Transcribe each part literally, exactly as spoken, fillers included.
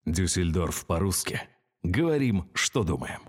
Дюссельдорф по-русски. Говорим, что думаем.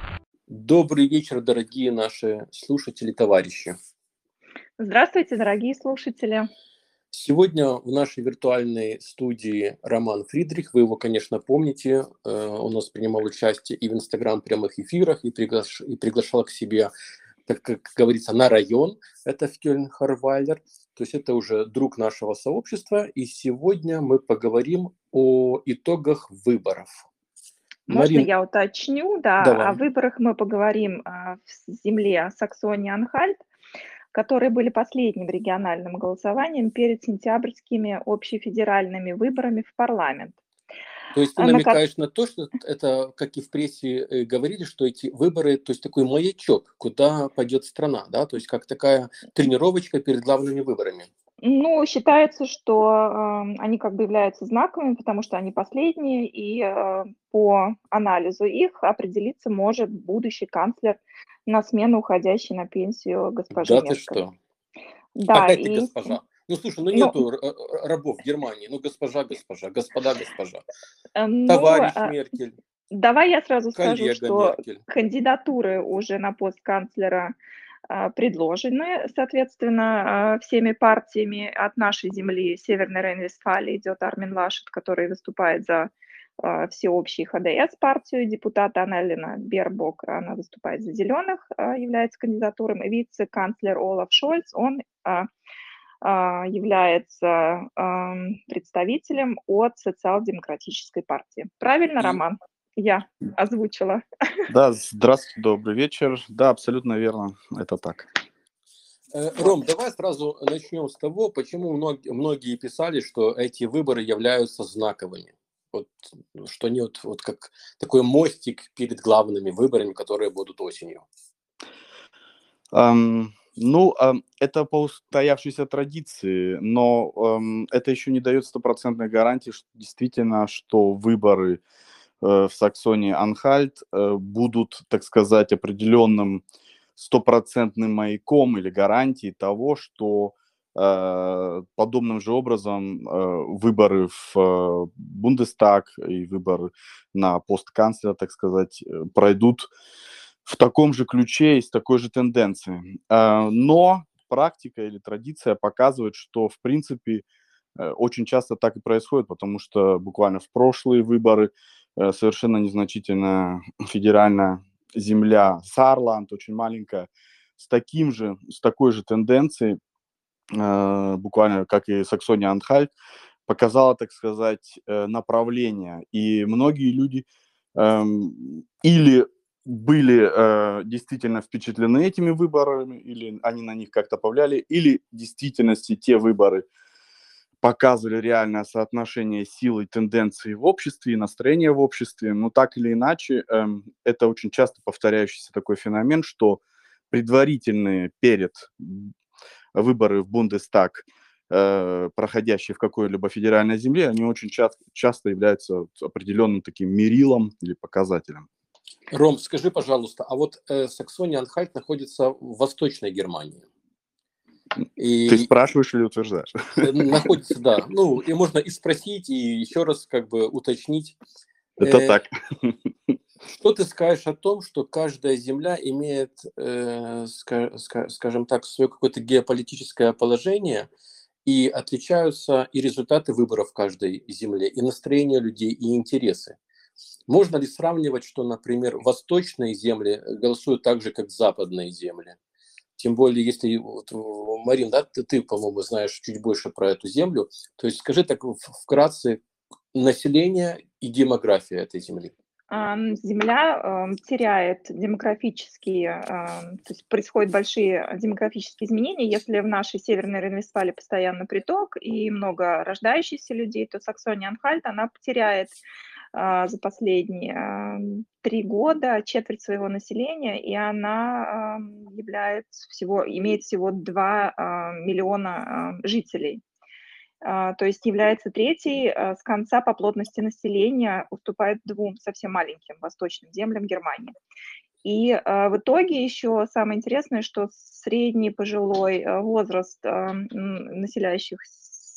Добрый вечер, дорогие наши слушатели, товарищи. Здравствуйте, дорогие слушатели. Сегодня в нашей виртуальной студии Роман Фридрих. Вы его, конечно, помните. Э, Он у нас принимал участие и в Инстаграм прямых эфирах, и, приглаш- и приглашал к себе, так как говорится, на район. Это в Кёльн-Харвайлер. То есть это уже друг нашего сообщества. И сегодня мы поговорим о итогах выборов. Можно Марин, я уточню? Да, о давай. выборах мы поговорим а, в земле Саксонии-Анхальт, которые были последним региональным голосованием перед сентябрьскими общефедеральными выборами в парламент. То есть ты А, на ко- намекаешь на то, что это, как и в прессе э, говорили, что эти выборы, то есть такой маячок, куда пойдет страна, да, то есть как такая тренировочка перед главными выборами. Ну, считается, что ам, они как бы являются знаковыми, потому что они последние, и э, по анализу их определиться может будущий канцлер на смену уходящей на пенсию госпожи Да ты Меркель. что? Да, Опять ты и госпожа. Ну слушай, ну ну, нету р- р- рабов в Германии, ну госпожа, госпожа, господа, госпожа. э, ну, Товарищ а, Меркель, давай я сразу скажу, коллега что Меркель. кандидатуры уже на пост канцлера а, предложены, соответственно, а, всеми партиями. От нашей земли, Северной Рейн-Вестфалии, идет Армин Лашет, который выступает за а, всеобщий ХДС партию депутата Аннелина Бербок, она выступает за зеленых, а, является кандидатурой, и вице-канцлер Олаф Шольц, он а, а, является ам, представителем от социал-демократической партии. Правильно, И Роман? Я озвучила. Да, здравствуйте, добрый вечер. Да, абсолютно верно, это так. э, Вот. Ром, давай сразу начнем с того, почему многие, многие писали, что эти выборы являются знаковыми. Вот, что они вот, вот как такой мостик перед главными выборами, которые будут осенью. Ам, ну, ам, это по устоявшейся традиции, но ам, это еще не дает стопроцентной гарантии, что действительно, что выборы э, в Саксонии-Анхальт э, будут, так сказать, определенным стопроцентным маяком или гарантией того, что э, подобным же образом э, выборы в э, Бундестаг и выборы на пост канцлера, так сказать, э, пройдут в таком же ключе и с такой же тенденцией. Э, но практика или традиция показывает, что, в принципе, э, очень часто так и происходит, потому что буквально в прошлые выборы э, совершенно незначительная федеральная земля Саарланд, очень маленькая, с таким же, с такой же тенденцией, э, буквально как и Саксония-Анхальт, показала, так сказать, э, направление. И многие люди эм, или были э, действительно впечатлены этими выборами, или они на них как-то повлияли, или в действительности те выборы показывали реальное соотношение сил и тенденций в обществе и настроения в обществе. Но так или иначе, эм, это очень часто повторяющийся такой феномен, что предварительные перед м, выборы в Бундестаг, э, проходящие в какой-либо федеральной земле, они очень часто, часто являются вот определенным таким мерилом или показателем. Ром, скажи, пожалуйста, а вот э, Саксония-Анхальт находится в Восточной Германии. Ты И спрашиваешь или утверждаешь? э, находится, да, ну, и можно и спросить, и еще раз как бы уточнить. Это Э, так. Что ты скажешь о том, что каждая земля имеет, э, ска- ска- скажем так, свое какое-то геополитическое положение, и отличаются и результаты выборов в каждой земле, и настроение людей, и интересы? Можно ли сравнивать, что, например, восточные земли голосуют так же, как западные земли? Тем более, если, вот, Марин, да, ты, ты, по-моему, знаешь чуть больше про эту землю. То есть скажи так в- вкратце население и демография этой земли. Ам, Земля ам, теряет демографические, ам, то есть происходят большие демографические изменения. Если в нашей Северной Рейн-Вестфалии постоянно приток и много рождающихся людей, то Саксония-Анхальт, она потеряет а, за последние ам, три года четверть своего населения, и она ам, является всего, имеет всего два а, миллиона а, жителей. А, то есть является третьей а, с конца по плотности населения, уступает двум совсем маленьким восточным землям Германии. И а, в итоге еще самое интересное, что средний пожилой а, возраст а, м, населяющих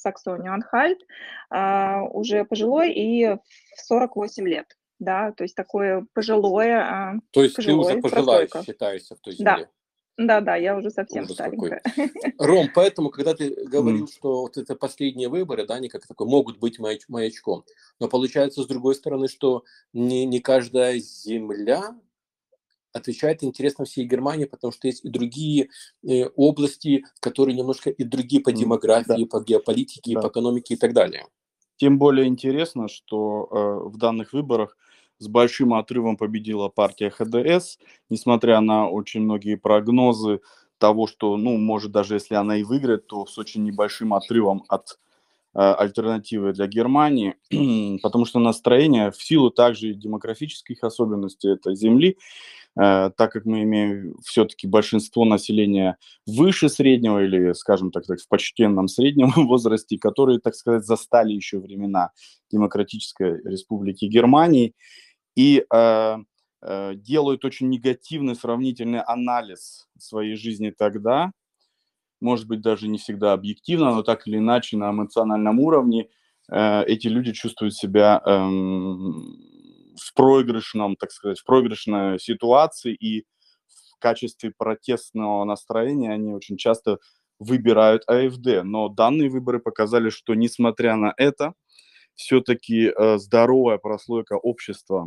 Саксонию-Анхальт, а, уже пожилой и в сорок восемь лет. Да, то есть такое пожилое, а, То есть ты уже пожилой пожилая прослойка. считаешься в той Да, земле? да-да, я уже совсем Ужас какой. старенькая. Ром, поэтому, когда ты М. говорил, что вот это последние выборы, да, они как такой могут быть маяч- маячком, но получается, с другой стороны, что не, не каждая земля отвечает интересам всей Германии, потому что есть и другие э, области, которые немножко и другие по М, Да, демографии, по геополитике, по да. экономике и так далее. Тем более интересно, что э, в данных выборах с большим отрывом победила партия ха дэ эс, несмотря на очень многие прогнозы того, что, ну, может, даже если она и выиграет, то с очень небольшим отрывом от э, альтернативы для Германии, потому что настроение в силу также и демографических особенностей этой земли, э, так как мы имеем все-таки большинство населения выше среднего или, скажем так, так, в почтенном среднем возрасте, которые, так сказать, застали еще времена Демократической Республики Германии и э, э, делают очень негативный сравнительный анализ своей жизни тогда, может быть, даже не всегда объективно, но так или иначе на эмоциональном уровне э, эти люди чувствуют себя эм, в проигрышном, так сказать, в проигрышной ситуации, и в качестве протестного настроения они очень часто выбирают а эф дэ. Но данные выборы показали, что, несмотря на это, все-таки э, здоровая прослойка общества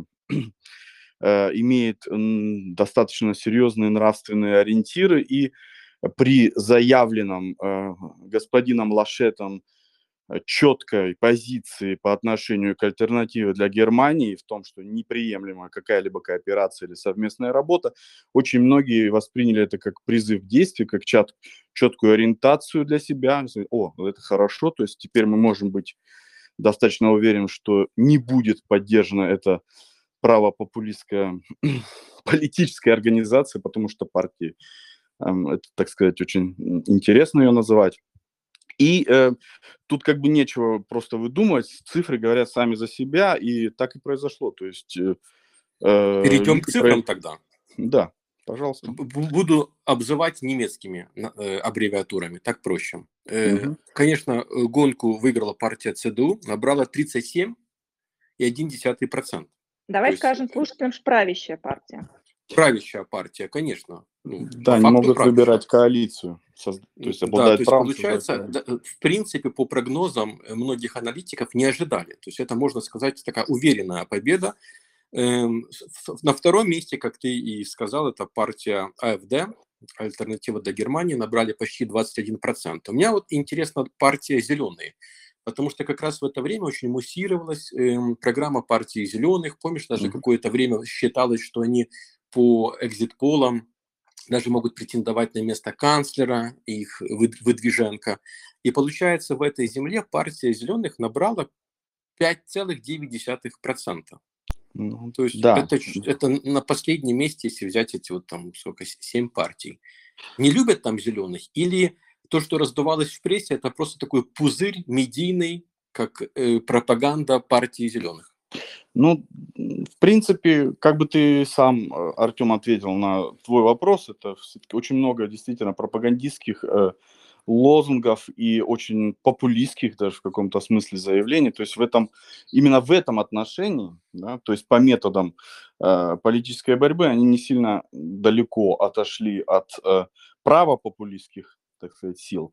э, имеет м, достаточно серьезные нравственные ориентиры, и при заявленном э, господином Лашетом э, четкой позиции по отношению к альтернативе для Германии в том, что неприемлема какая-либо кооперация или совместная работа, очень многие восприняли это как призыв к действию, как чат, четкую ориентацию для себя. О, это хорошо, то есть теперь мы можем быть достаточно уверены, что не будет поддержана эта правопопулистская политическая организация, потому что партии, эм, это, так сказать, очень м, интересно ее называть. И э, тут как бы нечего просто выдумывать, цифры говорят сами за себя, и так и произошло. То есть э, э, Перейдем к люди про... цифрам тогда. Да, пожалуйста. Б- б- Буду обзывать немецкими на- э, аббревиатурами, так проще. Э, Мгм. Конечно, э, гонку выиграла партия цэ дэ у, набрала тридцать семь и один десятый процент. То Давай есть скажем слушателям, что правящая партия. правящая партия, конечно. Ну, Да, по они факту могут правящая. выбирать коалицию, соз- то М, есть Да, то обладают есть правом создать получается, коалицию. да, э, в принципе, по прогнозам э, многих аналитиков не ожидали. То есть это, можно сказать, такая уверенная победа. Эм, с- в- На втором месте, как ты и сказал, это партия а эф дэ, альтернатива для Германии, набрали почти двадцать один процент. У меня вот интересна партия «Зеленые», потому что как раз в это время очень муссировалась эм, программа партии «Зеленых». Помнишь, даже Мгм. какое-то время считалось, что они по экзит-полам даже могут претендовать на место канцлера, их выд- выдвиженка. И получается, в этой земле партия «Зеленых» набрала пять целых девять десятых процента. Ну, То есть да, это, ч- это на последнем месте, если взять эти вот там сколько, с- семь партий. Не любят там зеленых? Или то, что раздувалось в прессе, это просто такой пузырь медийный, как э, пропаганда партии зеленых? ну, м, в принципе, как бы ты сам, э, Артем, ответил на твой вопрос, это все-таки очень много действительно пропагандистских э, лозунгов и очень популистских даже в каком-то смысле заявлений. То есть в этом, именно в этом отношении, да, то есть по методам э, политической борьбы, они не сильно далеко отошли от э, правопопулистских, так сказать, сил.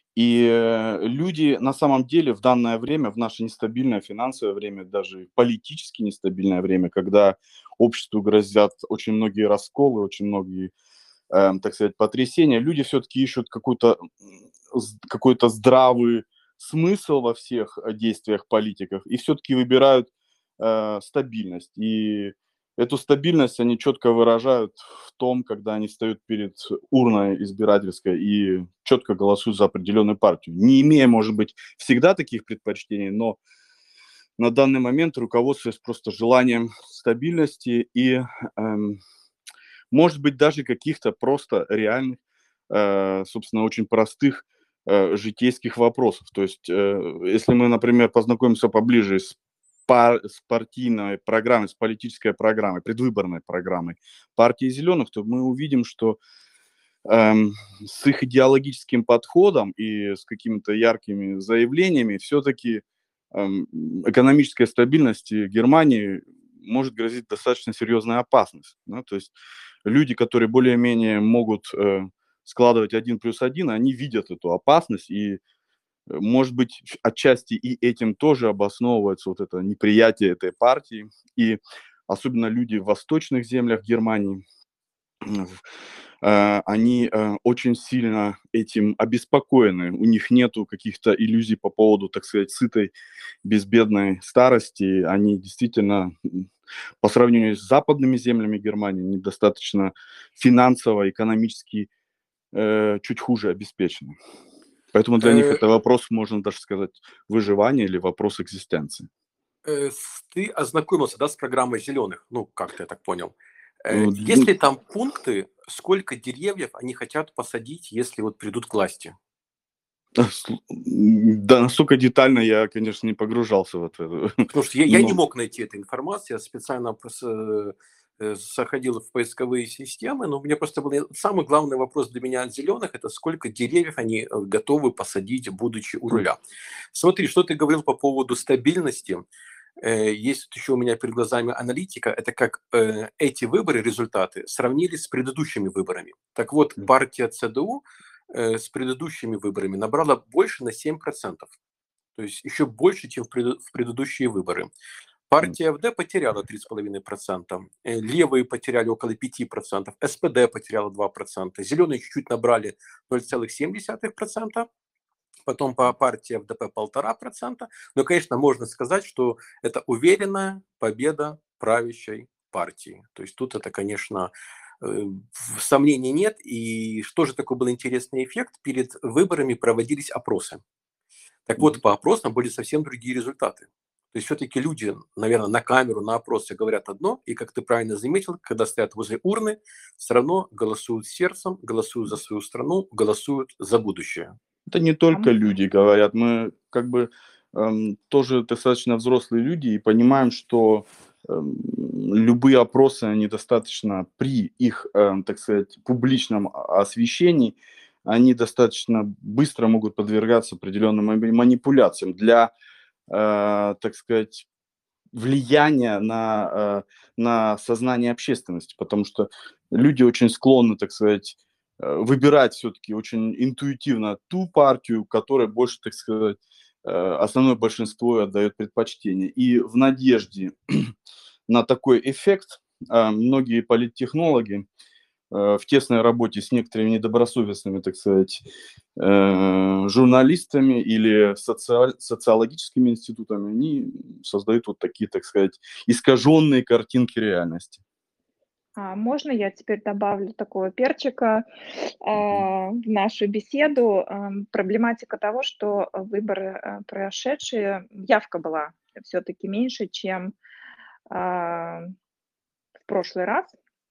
И э, люди на самом деле в данное время, в наше нестабильное финансовое время, даже политически нестабильное время, когда обществу грозят очень многие расколы, очень многие, эм, так сказать, потрясения, люди все-таки ищут какой-то м, з- какой-то здравый смысл во всех э, действиях политиков и все-таки выбирают э, стабильность. И эту стабильность они четко выражают в том, когда они встают перед урной избирательской и четко голосуют за определенную партию. Не имея, может быть, всегда таких предпочтений, но на данный момент руководствуясь просто желанием стабильности и, эм, может быть, даже каких-то просто реальных, э, собственно, очень простых э, житейских вопросов. То есть, э, если мы, например, познакомимся поближе с, пар- с партийной программой, с политической программой, предвыборной программой партии зеленых, то мы увидим, что эм, с их идеологическим подходом и с какими-то яркими заявлениями все-таки эм, экономической стабильности Германии может грозить достаточно серьезная опасность. Да? То есть люди, которые более-менее могут э, складывать один плюс один, они видят эту опасность, и, э, может быть, отчасти и этим тоже обосновывается вот это неприятие этой партии. И особенно люди в восточных землях Германии, э, они э, очень сильно этим обеспокоены. У них нету каких-то иллюзий по поводу, так сказать, сытой, безбедной старости. Они действительно, м, по сравнению с западными землями Германии, недостаточно финансово, экономически э, чуть хуже обеспечены. Поэтому для них Э, это вопрос, можно даже сказать, выживания или вопрос экзистенции. э, с- Ты ознакомился, да, с программой зеленых? Ну, как-то я так понял. Э, Э, Есть д- ли там пункты, сколько деревьев они хотят посадить, если вот придут к власти? сл- Да, настолько детально я, конечно, не погружался в это. Потому что я, я не Но мог найти этой информации, я специально пос- э, э, заходил в поисковые системы, но у меня просто был самый главный вопрос для меня от зеленых – это сколько деревьев они э, готовы посадить, будучи у м, руля. Смотри, что ты говорил по поводу стабильности. Э, Есть тут еще у меня перед глазами аналитика, это как э, эти выборы, результаты, сравнили с предыдущими выборами. Так вот, м, партия ЦДУ э, с предыдущими выборами набрала больше на семь процентов. То есть еще больше, чем в, преду- в предыдущие выборы. м, Партия АфД потеряла три с половиной процента, э, левые потеряли около пяти процентов, СПД потеряла два процента, зеленые чуть-чуть набрали ноль целых семь десятых процента, потом по партии ФДП полтора процента. Но, конечно, можно сказать, что это уверенная победа правящей партии. То есть тут это, конечно, э, сомнений нет. И что же такой был интересный эффект? Перед выборами проводились опросы. Так вот, м. по опросам были совсем другие результаты. То есть все-таки люди, наверное, на камеру, на опросы говорят одно, и, как ты правильно заметил, когда стоят возле урны, все равно голосуют сердцем, голосуют за свою страну, голосуют за будущее. Это не А только м- люди говорят. Мы как бы эм, тоже достаточно взрослые люди и понимаем, что эм, любые опросы, они достаточно при их, эм, так сказать, публичном о- освещении, они достаточно быстро могут подвергаться определенным мани- манипуляциям для, э, так сказать, влияния на, э, на сознание общественности, потому что люди очень склонны, так сказать, э, выбирать все-таки очень интуитивно ту партию, которая больше, так сказать, э, основное большинство отдает предпочтение. И в надежде на такой эффект э, многие политтехнологи э, в тесной работе с некоторыми недобросовестными, так сказать, э, журналистами или социаль- социологическими институтами, они создают вот такие, так сказать, искаженные картинки реальности. а можно я теперь добавлю такого перчика Мгм. а, в нашу беседу? Ам, Проблематика того, что выборы а, прошедшие, явка была все-таки меньше, чем а, в прошлый раз.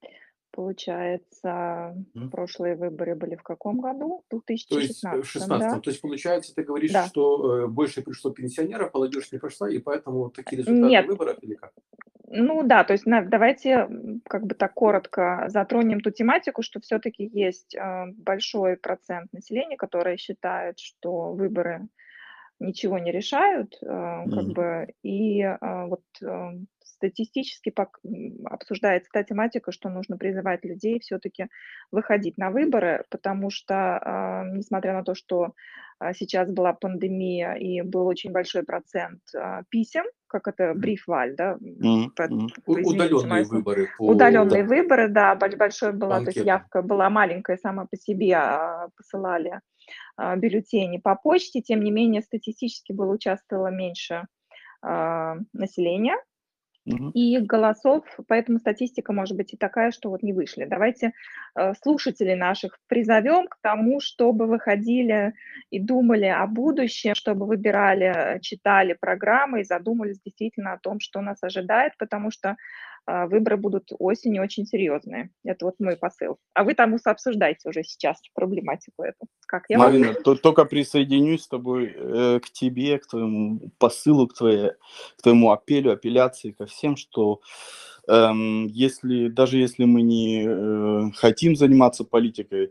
Получается, Мгм. прошлые выборы были в каком году? В То есть э, в две тысячи шестнадцатом, да? шестнадцатом. То есть получается, ты говоришь, Да. что э, больше пришло пенсионеров, молодежь не пошла, и поэтому вот такие результаты Нет, выборов или как? ну да, то есть на давайте, м, как бы так коротко затронем ту тематику, что все таки есть, а, большой процент населения, которое считает, что выборы ничего не решают, э, как Мгм. бы, и, а, вот, э, статистически пок м, обсуждается та тематика, что нужно призывать людей все таки выходить на выборы, потому что, а, несмотря на то, что, а, сейчас была пандемия и был очень большой процент, а, писем, как это, брифваль, да, м, Мгм. п Мгм. п извините за Удаленные мое слово. выборы Удаленные по, Да. выборы, да, боль большой по была, то есть анкетам. явка была маленькая сама по себе, а, посылали а, бюллетени по почте. Тем не менее, статистически было участвовало меньше а, населения Мгм. и голосов, поэтому статистика может быть и такая, что вот не вышли. Давайте э, слушателей наших призовем к тому, чтобы выходили и думали о будущем, чтобы выбирали, э, читали программы и задумались действительно о том, что нас ожидает, потому что а, выборы будут осенью очень серьезные. Это вот мой посыл. А вы там обсуждаете уже сейчас проблематику эту. Как я вас Марина, слышу? то- только присоединюсь с тобой э, к тебе, к твоему посылу, к, твоей, к твоему апеллю, апелляции ко всем, что эм, если, даже если мы не э, хотим заниматься политикой,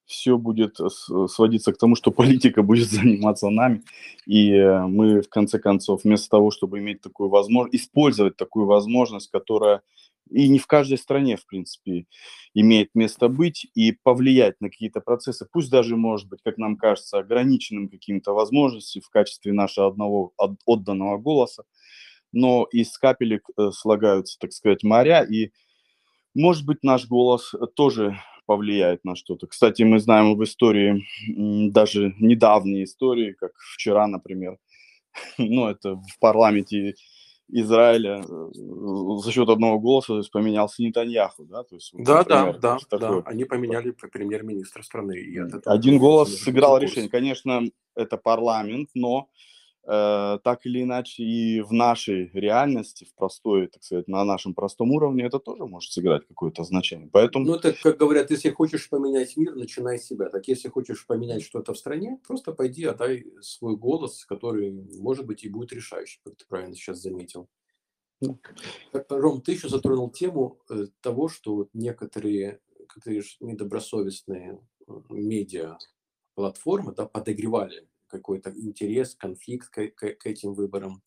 все будет сводиться к тому, что политика будет заниматься нами, и мы, в конце концов, вместо того, чтобы иметь такую возможность, использовать такую возможность, которая и не в каждой стране, в принципе, имеет место быть, и повлиять на какие-то процессы, пусть даже, может быть, как нам кажется, ограниченным какими-то возможностями в качестве нашего одного отданного голоса, но из капелек слагаются, так сказать, моря, и, может быть, наш голос тоже повлияет на что-то. Кстати, мы знаем в истории, даже недавние истории, как вчера, например, ну, это в парламенте Израиля за счет одного голоса, то есть, поменялся Нетаньяху, да, то есть, Да, например, да, да, такое. да, они поменяли премьер-министра страны. И от этого Один голос изменился сыграл курс. решение. Конечно, это парламент, но э, так или иначе и в нашей реальности, в простой, так сказать, на нашем простом уровне, это тоже может сыграть какое-то значение. Поэтому Ну, это, как говорят, если хочешь поменять мир, начинай с себя. Так если хочешь поменять что-то в стране, просто пойди, отдай свой голос, который, может быть, и будет решающим, как ты правильно сейчас заметил. Ром, ты еще затронул тему э, того, что вот некоторые, как ты говоришь, недобросовестные э, медиа-платформы, да, подогревали какой-то интерес, конфликт к, к- к этим выборам.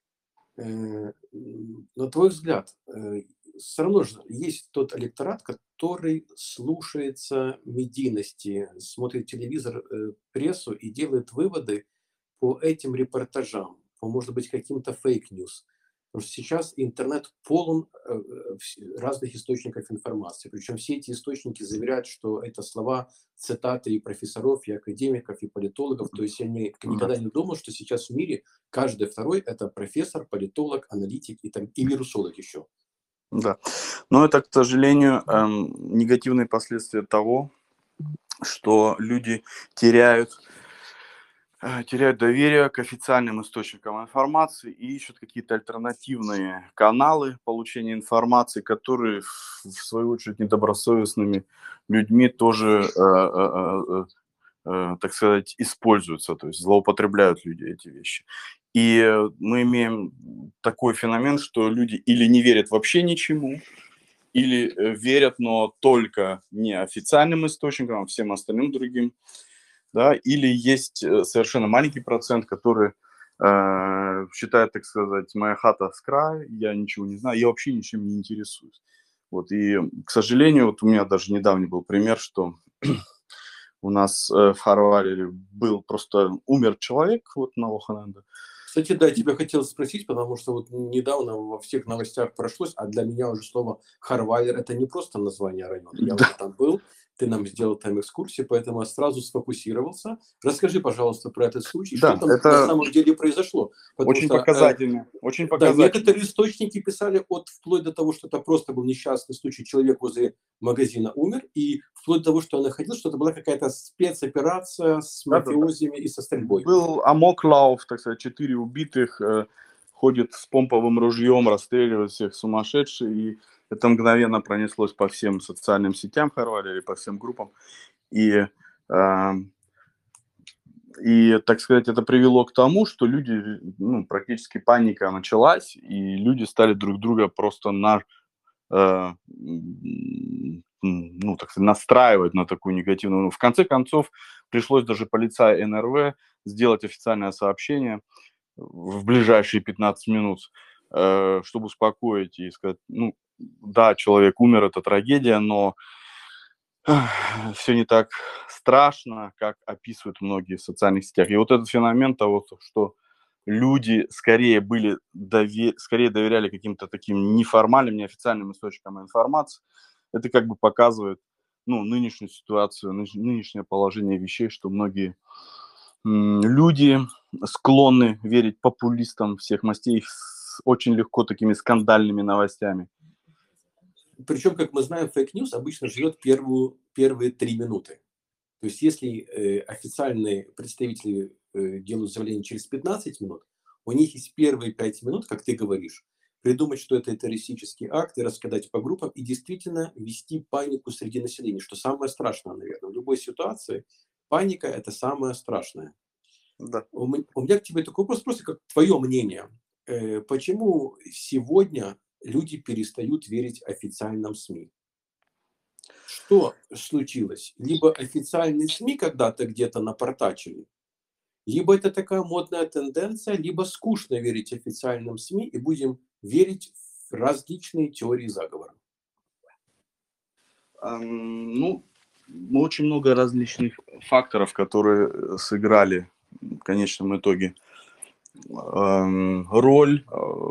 Э, м, На твой взгляд, э, все равно же есть тот электорат, который слушается медийности, смотрит телевизор, э, прессу и делает выводы по этим репортажам, по, может быть, каким-то фейк-ньюс. Потому что сейчас интернет полон э, э, вс- разных источников информации. Причем все эти источники заверяют, что это слова, цитаты и профессоров, и академиков, и политологов. То есть я не- никогда не думал, что сейчас в мире каждый второй – это профессор, политолог, аналитик и, так, и вирусолог еще. да. Но это, к сожалению, эм, негативные последствия того, что люди теряют, э, теряют доверие к официальным источникам информации и ищут какие-то альтернативные каналы получения информации, которые, в в свою очередь, недобросовестными людьми тоже, э, э, э, э, э, так сказать, используются, то есть злоупотребляют люди эти вещи. И э, мы имеем такой феномен, что люди или не верят вообще ничему, или э, верят, но только не официальным источникам, а всем остальным другим, да, или есть э, совершенно маленький процент, который э, считает, так сказать, моя хата с краю, я ничего не знаю, я вообще ничем не интересуюсь. Вот, и, к сожалению, вот у меня даже недавний был пример, что у нас э, в Харваре был просто умер человек, вот на Охананда. Кстати, да, я тебя хотел спросить, потому что вот недавно во всех новостях прошлось, а для меня уже слово Харвайлер – это не просто название района. Я Да. уже там был, ты нам сделал там экскурсию, поэтому я сразу сфокусировался. Расскажи, пожалуйста, про этот случай, Да, что там это на самом деле произошло. Потому очень что, э, показательно, очень да, показательно. некоторые источники писали от вплоть до того, что это просто был несчастный случай, человек возле магазина умер, и вплоть до того, что он находился, что это была какая-то спецоперация с Да-да-да. мафиозами и со стрельбой. Был амоклав, так сказать, четыре убитых, э, ходит с помповым ружьем, расстреливает всех сумасшедших, и это мгновенно пронеслось по всем социальным сетям Хорватии или по всем группам. И, э, и, так сказать, это привело к тому, что люди, ну, практически паника началась, и люди стали друг друга просто на, э, м, ну, так сказать, настраивать на такую негативную. Ну, в конце концов, пришлось даже полиция эн эр вэ сделать официальное сообщение в ближайшие пятнадцать минут, э, чтобы успокоить и сказать, ну, да, человек умер, это трагедия, но все не так страшно, как описывают многие в социальных сетях. И вот этот феномен того, что люди скорее были дове- скорее доверяли каким-то таким неформальным, неофициальным источникам информации, это как бы показывает, ну, нынешнюю ситуацию, ныш- нынешнее положение вещей, что многие м, люди склонны верить популистам всех мастей с очень легко такими скандальными новостями. Причем, как мы знаем, фейк-ньюс обычно живет первую, первые три минуты. То есть, если э, официальные представители э, делают заявление через пятнадцать минут, у них есть первые пять минут, как ты говоришь, придумать, что это террористический акт, и раскидать по группам, и действительно вести панику среди населения, что самое страшное, наверное. В любой ситуации паника – это самое страшное. Да. У ме- у меня к тебе такой вопрос, просто как твое мнение. Э, Почему сегодня люди перестают верить официальным СМИ? что случилось? Либо официальные СМИ когда-то где-то напортачили, либо это такая модная тенденция, либо скучно верить официальным СМИ и будем верить в различные теории заговора. Ам, ну, очень много различных факторов, которые сыграли в конечном итоге эм, роль.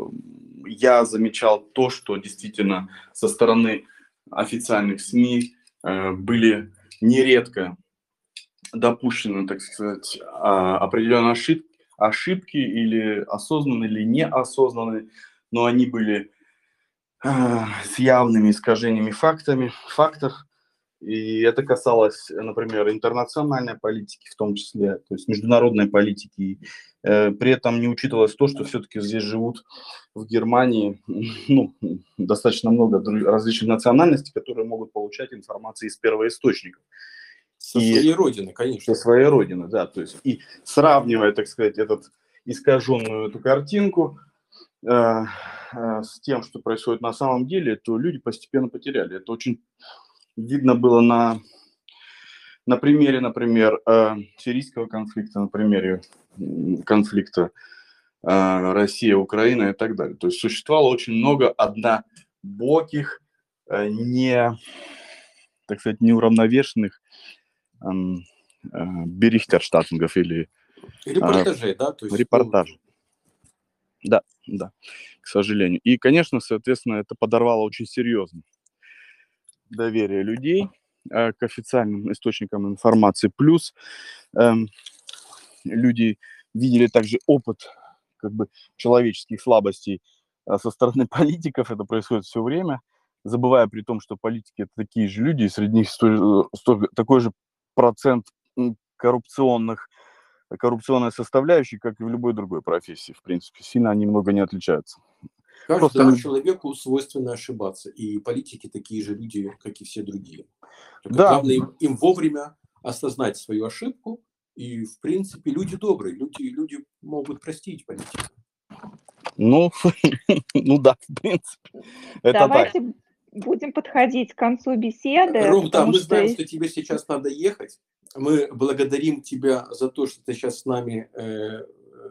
Я замечал то, что действительно со стороны официальных СМИ э, были нередко допущены, так сказать, а, определенные ошибки, ошибки или осознанные, или неосознанные, но они были э, с явными искажениями фактами, фактов. И это касалось, например, интернациональной политики в том числе, то есть международной политики. Э, при этом не учитывалось то, что все-таки здесь живут в Германии ну, достаточно много различных национальностей, которые могут получать информацию из первоисточников. Со и, своей родины, конечно. Со своей родины, да. То есть, и сравнивая, так сказать, этот искаженную эту картинку э, э, с тем, что происходит на самом деле, то люди постепенно потеряли. Это очень видно было на, на примере, например, э, сирийского конфликта, на примере конфликта э, Россия, Украина и так далее. То есть существовало очень много однобоких, э, не, так сказать, неуравновешенных э, э, берихтерштаттингов или репортажей, э, да? То есть, репортажей. Ну... Да, да, к сожалению. И, конечно, соответственно, это подорвало очень серьезно доверие людей э, к официальным источникам информации. Плюс э, люди видели также опыт как бы человеческих слабостей э, со стороны политиков. Это происходит все время, забывая при том, что политики это такие же люди, и среди них столь, столь, такой же процент коррупционных, коррупционной составляющей, как и в любой другой профессии. В принципе, сильно они много не отличаются. Каждому Просто... человеку свойственно ошибаться, и политики такие же люди, как и все другие. Только да. Главное им, им вовремя осознать свою ошибку, и, в принципе, люди добрые, люди, люди могут простить политику. Ну, ну да, в принципе. Это Давайте так. Будем подходить к концу беседы. Ром, да, мы что... знаем, что тебе сейчас надо ехать. Мы благодарим тебя за то, что ты сейчас с нами э,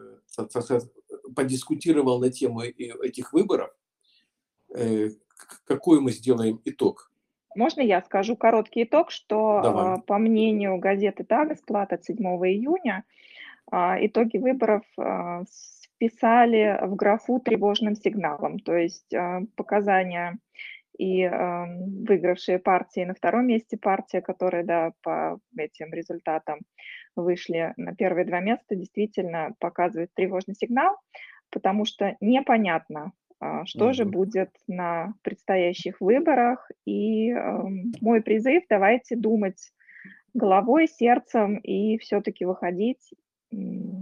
э, подискутировал на тему этих выборов. Э, какой мы сделаем итог? Можно я скажу короткий итог, что Давай. по мнению газеты «Тагесблат» от седьмого июня итоги выборов вписали в графу тревожным сигналом, то есть показания и выигравшие партии на втором месте партия, которые, да, по этим результатам вышли на первые два места, действительно показывает тревожный сигнал, потому что непонятно, что mm-hmm. же будет на предстоящих выборах. И э, мой призыв: давайте думать головой, сердцем и все-таки выходить э,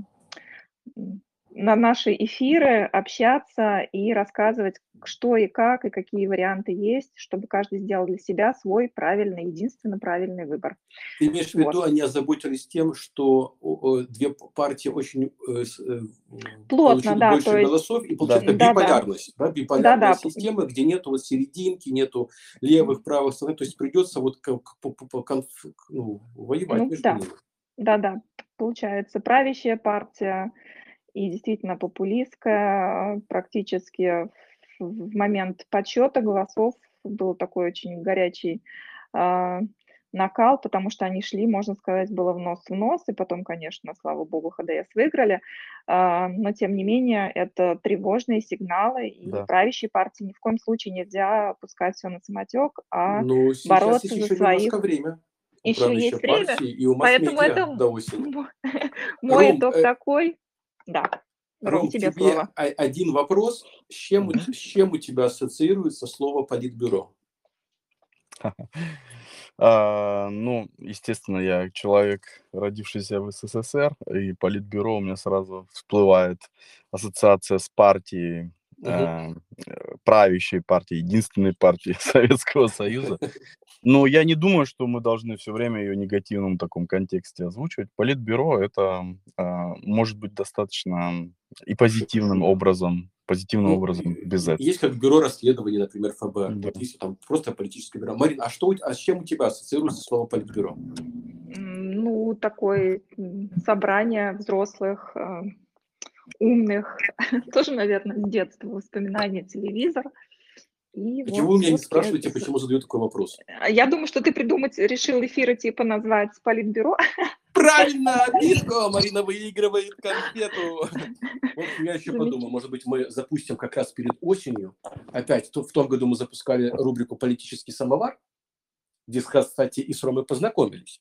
на наши эфиры, общаться и рассказывать, что и как, и какие варианты есть, чтобы каждый сделал для себя свой правильный, единственно правильный выбор. Ты имеешь вот. в виду, они озаботились тем, что две партии очень плотно, да, больше то есть, голосов, и получается да, биполярность, да, да, биполярная да, система, где нету вот серединки, нету левых, правых сторон, то есть придется вот ну, воевать ну, между да. ними. Да, да, получается, правящая партия и действительно популистская, практически в момент подсчета голосов был такой очень горячий э, накал, потому что они шли, можно сказать, было в нос в нос, и потом, конечно, слава богу, ХДС выиграли, э, но тем не менее это тревожные сигналы, и да. правящей партии ни в коем случае нельзя пускать все на самотек, а ну, бороться есть за своих... время. Еще есть время, и у поэтому это до осени. мой Ром, итог э... такой. Да. Ром, Ром, тебе, тебе слово. Один вопрос. С чем, mm-hmm. с чем у тебя ассоциируется слово политбюро? а, ну, естественно, я человек, родившийся в СССР, и политбюро у меня сразу всплывает ассоциация с партией, mm-hmm. э, правящей партией, единственной партией Советского Союза. Но я не думаю, что мы должны все время ее в негативном таком контексте озвучивать. Политбюро это э, может быть достаточно и позитивным образом позитивным Ну, образом без этого. есть как бюро расследований, например, эф бэ эр. Да. Вот есть там просто политическое бюро. Марин, а что, у- а с чем у тебя ассоциируется слово политбюро? М, Ну, такое м, собрание взрослых, э, умных, тоже, наверное, с детства воспоминания, телевизор. И Почему вот вы меня не все-таки... спрашиваете, почему задаю такой вопрос? Я думаю, что ты придумать решил эфиры типа назвать политбюро. Правильно, бинго! Марина выигрывает конфету. В общем, я еще Замечательно. подумал, может быть, мы запустим как раз перед осенью. Опять, в том году мы запускали рубрику «Политический самовар», где, кстати, и с Ромой познакомились.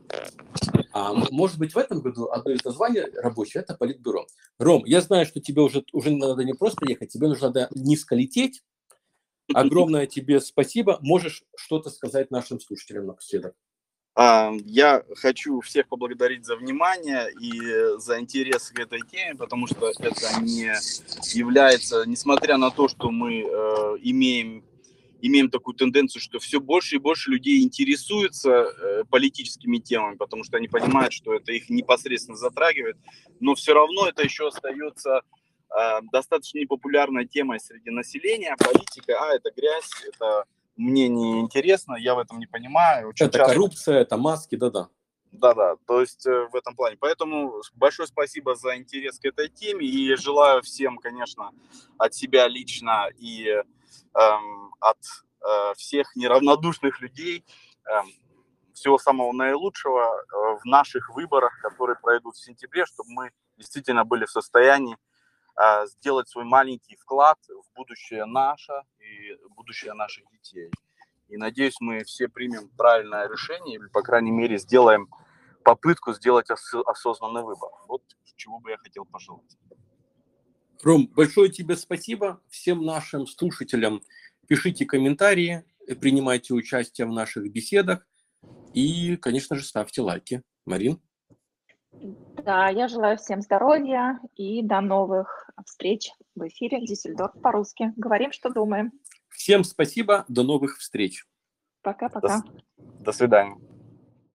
А может быть, в этом году одно из названий рабочее – это политбюро. Ром, я знаю, что тебе уже, уже надо не просто ехать, тебе нужно надо низко лететь. Огромное тебе спасибо. Можешь что-то сказать нашим слушателям напоследок? А, Я хочу всех поблагодарить за внимание и за интерес к этой теме, потому что это не является, несмотря на то, что мы э, имеем, имеем такую тенденцию, что все больше и больше людей интересуются э, политическими темами, потому что они понимают, что это их непосредственно затрагивает, но все равно это еще остается э, достаточно непопулярной темой среди населения. Политика, а, это грязь, это... Мне не интересно, я в этом не понимаю. Очень Это часто... коррупция, это маски, да-да. Да-да, то есть э, в этом плане. Поэтому большое спасибо за интерес к этой теме и желаю всем, конечно, от себя лично и эм, от э, всех неравнодушных людей эм, всего самого наилучшего э, в наших выборах, которые пройдут в сентябре, чтобы мы действительно были в состоянии э, сделать свой маленький вклад в будущее наше и будущее наших детей. И надеюсь, мы все примем правильное решение, или, по крайней мере, сделаем попытку сделать ос- осознанный выбор. Вот чего бы я хотел пожелать. Ром, большое тебе спасибо. Всем нашим слушателям пишите комментарии, принимайте участие в наших беседах и, конечно же, ставьте лайки. Марин? Да, я желаю всем здоровья и до новых встреч в эфире «Дюссельдорф по-русски». Говорим, что думаем. Всем спасибо. До новых встреч. Пока-пока. До, до свидания.